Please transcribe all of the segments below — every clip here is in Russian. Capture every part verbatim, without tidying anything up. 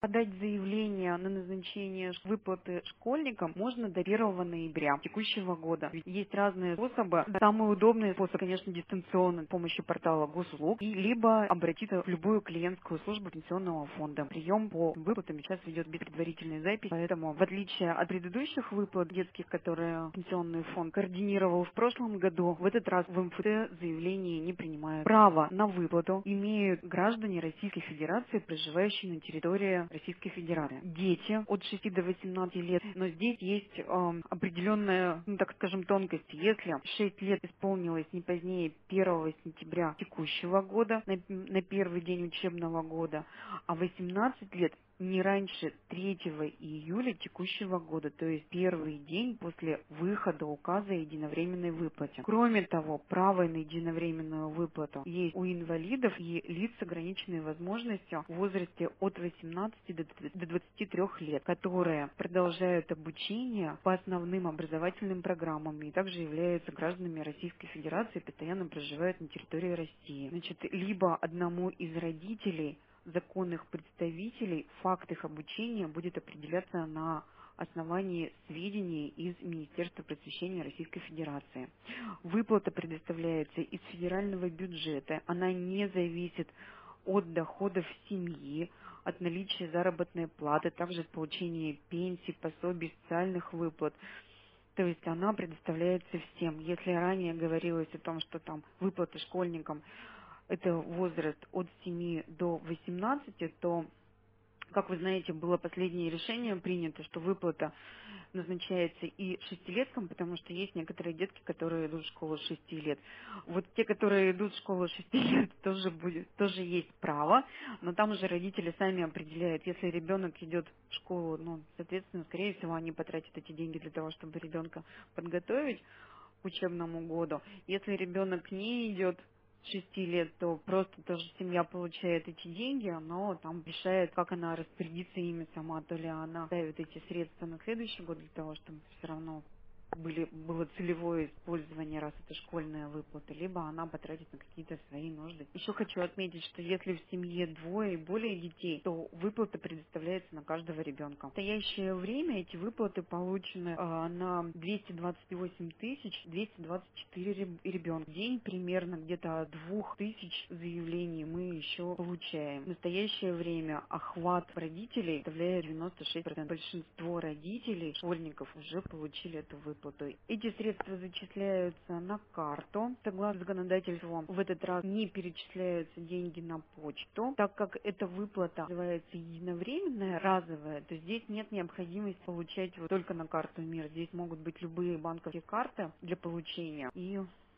Подать заявление на назначение ш- выплаты школьникам можно до первого ноября текущего года. Ведь есть разные способы. Самый удобный способ, конечно, дистанционно с помощью портала госуслуг, и либо обратиться в любую клиентскую службу пенсионного фонда. Прием по выплатам сейчас ведет без предварительной записи, поэтому в отличие от предыдущих выплат детских, которые пенсионный фонд координировал в прошлом году, в этот раз в эм эф тэ заявление не принимают. Право на выплату имеют граждане Российской Федерации, проживающие на территории Российской Федерации. Дети от шести до восемнадцати лет, но здесь есть эм, определенная, ну, так скажем, тонкость. Если шесть лет исполнилось не позднее первого сентября текущего года, на, на первый день учебного года, а восемнадцать лет не раньше третьего июля текущего года, то есть первый день после выхода указа о единовременной выплате. Кроме того, право на единовременную выплату есть у инвалидов и лиц с ограниченной возможностью в возрасте от восемнадцати до двадцати трёх лет, которые продолжают обучение по основным образовательным программам и также являются гражданами Российской Федерации и постоянно проживают на территории России. Значит, либо одному из родителей законных представителей факт их обучения будет определяться на основании сведений из Министерства просвещения Российской Федерации. Выплата предоставляется из федерального бюджета, она не зависит от доходов семьи, от наличия заработной платы, также от получения пенсий, пособий, социальных выплат. То есть она предоставляется всем. Если ранее говорилось о том, что там выплаты школьникам это возраст от семи до восемнадцати, то, как вы знаете, было последнее решение принято, что выплата назначается и шестилеткам, потому что есть некоторые детки, которые идут в школу с шести лет. Вот те, которые идут в школу с шести лет, тоже будет, тоже есть право, но там уже родители сами определяют, если ребенок идет в школу, ну, соответственно, скорее всего, они потратят эти деньги для того, чтобы ребенка подготовить к учебному году. Если ребенок не идет с шести лет, то просто тоже семья получает эти деньги, но там решает, как она распорядится ими сама, то ли она ставит эти средства на следующий год для того, чтобы все равно были, было целевое использование, раз это школьная выплата, либо она потратит на какие-то свои нужды. Еще хочу отметить, что если в семье двое и более детей, то выплата предоставляется на каждого ребенка. В настоящее время эти выплаты получены э, на двести двадцать восемь тысяч двести двадцать четыре ребенка. В день примерно где-то от двух тысяч заявлений мы еще получаем. В настоящее время охват родителей составляет девяносто шесть процентов. Большинство родителей, школьников уже получили эту выплату. Эти средства зачисляются на карту. Согласно законодательству, в этот раз не перечисляются деньги на почту. Так как эта выплата называется единовременная, разовая, то здесь нет необходимости получать вот только на карту МИР. Здесь могут быть любые банковские карты для получения. И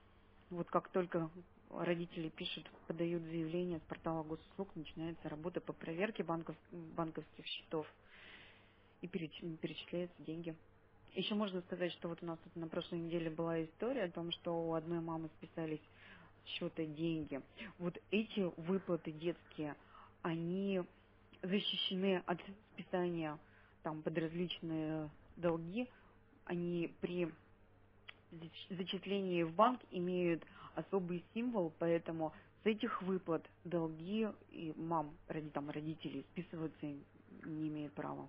вот как только родители пишут, подают заявление с портала госуслуг, начинается работа по проверке банков, банковских счетов и переч- перечисляются деньги. Еще можно сказать, что вот у нас тут на прошлой неделе была история о том, что у одной мамы списались с счета деньги. Вот эти выплаты детские, они защищены от списания там под различные долги. Они при зач- зачислении в банк имеют особый символ, поэтому с этих выплат долги и мам, роди- там, родителей списываться им не имеют права.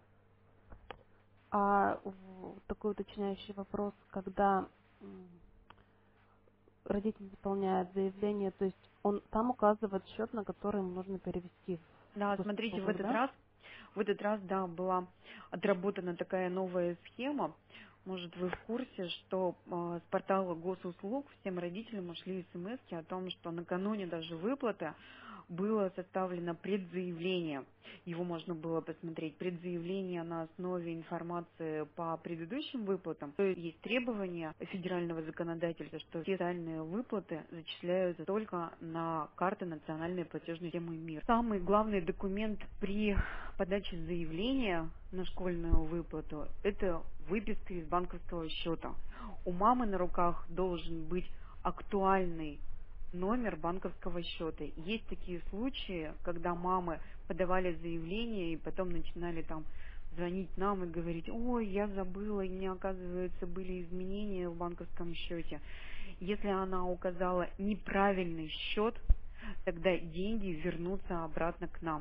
А в- такой уточняющий вопрос, когда м, родитель заполняет заявление, то есть он там указывает счет, на который ему нужно перевести в Да, смотрите, в госуслугах, этот да? раз, в этот раз, да, была отработана такая новая схема. Может, вы в курсе, что э, с портала госуслуг всем родителям ушли смс о том, что накануне даже выплаты было составлено предзаявление. Его можно было посмотреть. Предзаявление на основе информации по предыдущим выплатам. То есть есть требования федерального законодательства, что все социальные выплаты зачисляются только на карты национальной платежной системы МИР. Самый главный документ при подаче заявления на школьную выплату – это выписка из банковского счета. У мамы на руках должен быть актуальный номер банковского счета. Есть такие случаи, когда мамы подавали заявление и потом начинали там звонить нам и говорить: ой, я забыла, и мне, оказывается, были изменения в банковском счете. Если она указала неправильный счет, тогда деньги вернутся обратно к нам.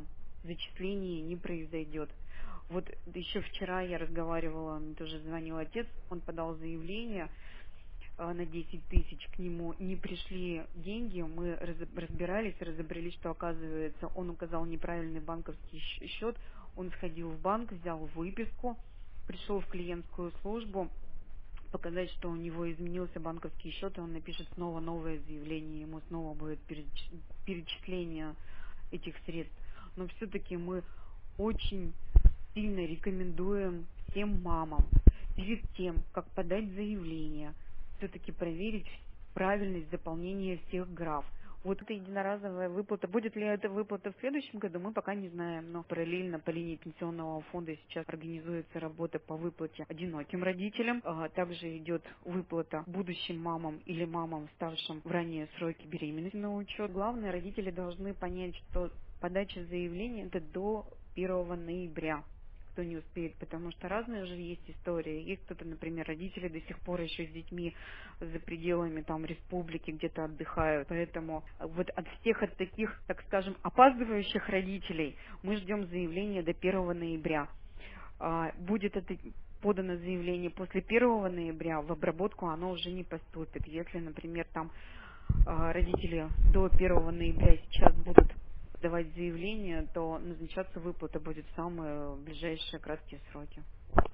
зачисление не произойдет. Вот еще вчера я разговаривала, мне тоже звонил отец, он подал заявление э, на десять тысяч, к нему не пришли деньги, мы раз- разбирались, разобрались, что оказывается он указал неправильный банковский щ- счет, он сходил в банк, взял выписку, пришел в клиентскую службу, показать, что у него изменился банковский счет, и он напишет снова новое заявление, ему снова будет переч- перечисление этих средств. Но все-таки мы очень сильно рекомендуем всем мамам перед тем, как подать заявление, все-таки проверить правильность заполнения всех граф. Вот эта единоразовая выплата, будет ли эта выплата в следующем году, мы пока не знаем, но параллельно по линии пенсионного фонда сейчас организуется работа по выплате одиноким родителям, а также идет выплата будущим мамам или мамам, ставшим в ранние сроки беременности на учет. Главное, родители должны понять, что подача заявления это до первого ноября. Кто не успеет, потому что разные же есть истории. Есть кто-то, например, родители до сих пор еще с детьми за пределами там республики где-то отдыхают. Поэтому вот от всех от таких, так скажем, опаздывающих родителей мы ждем заявления до первого ноября. А, Будет это подано заявление после первого ноября, в обработку оно уже не поступит. Если, например, там а, родители до первого ноября сейчас будут давать заявление, то назначаться выплата будет в самые ближайшие краткие сроки.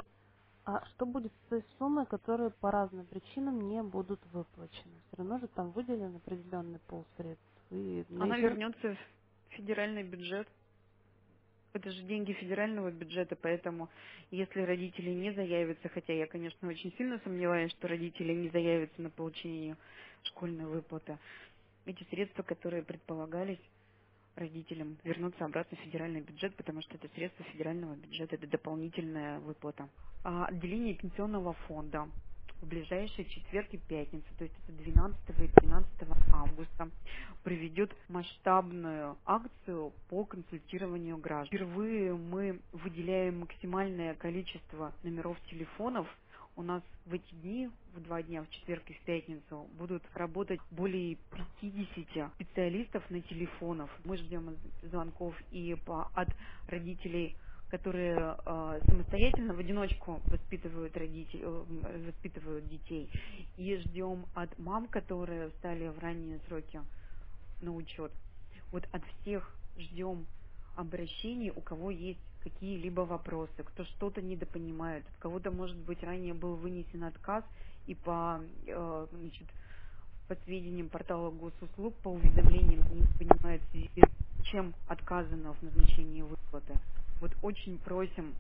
А что будет с той суммой, которые по разным причинам не будут выплачены? Все равно же там выделен определенный пул средств. И Она найдет... вернется в федеральный бюджет. Это же деньги федерального бюджета, поэтому если родители не заявятся, хотя я, конечно, очень сильно сомневаюсь, что родители не заявятся на получение школьной выплаты, эти средства, которые предполагались родителям, вернутся обратно в федеральный бюджет, потому что это средства федерального бюджета, это дополнительная выплата. А отделение пенсионного фонда в ближайшие четверг и пятницу, то есть это двенадцатого и тринадцатого августа, проведет масштабную акцию по консультированию граждан. Впервые мы выделяем максимальное количество номеров телефонов. У нас в эти дни, в два дня, в четверг и в пятницу, будут работать более пятидесяти специалистов на телефонах. Мы ждем звонков и по, от родителей, которые э, самостоятельно в одиночку воспитывают, родителей, э, воспитывают детей. И ждем от мам, которые встали в ранние сроки на учет. Вот от всех ждем обращений, у кого есть какие-либо вопросы, кто что-то недопонимает, от кого-то, может быть, ранее был вынесен отказ, и по, э, значит, по сведениям портала госуслуг, по уведомлениям не понимают, в связи с чем отказано в назначении выплаты. Вот очень просим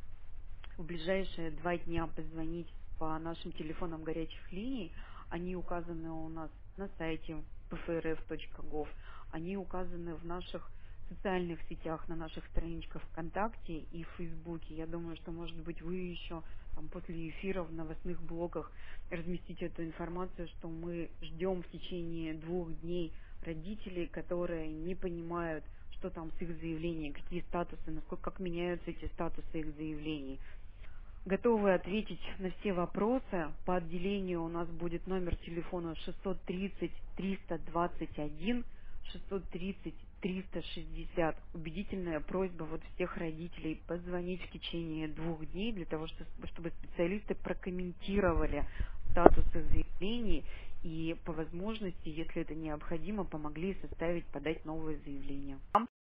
в ближайшие два дня позвонить по нашим телефонам горячих линий. Они указаны у нас на сайте пэ эф эр эф точка гов. Они указаны в наших социальных сетях, на наших страничках ВКонтакте и в Фейсбуке. Я думаю, что, может быть, вы еще там, после эфира в новостных блоках разместите эту информацию, что мы ждем в течение двух дней родителей, которые не понимают, что там с их заявлением, какие статусы, насколько как меняются эти статусы их заявлений. Готовы ответить на все вопросы. По отделению у нас будет номер телефона шестьсот тридцать триста двадцать один, шестьсот тридцать триста шестьдесят. Убедительная просьба вот всех родителей позвонить в течение двух дней для того, чтобы специалисты прокомментировали статусы заявлений и по возможности, если это необходимо, помогли составить, подать новое заявление.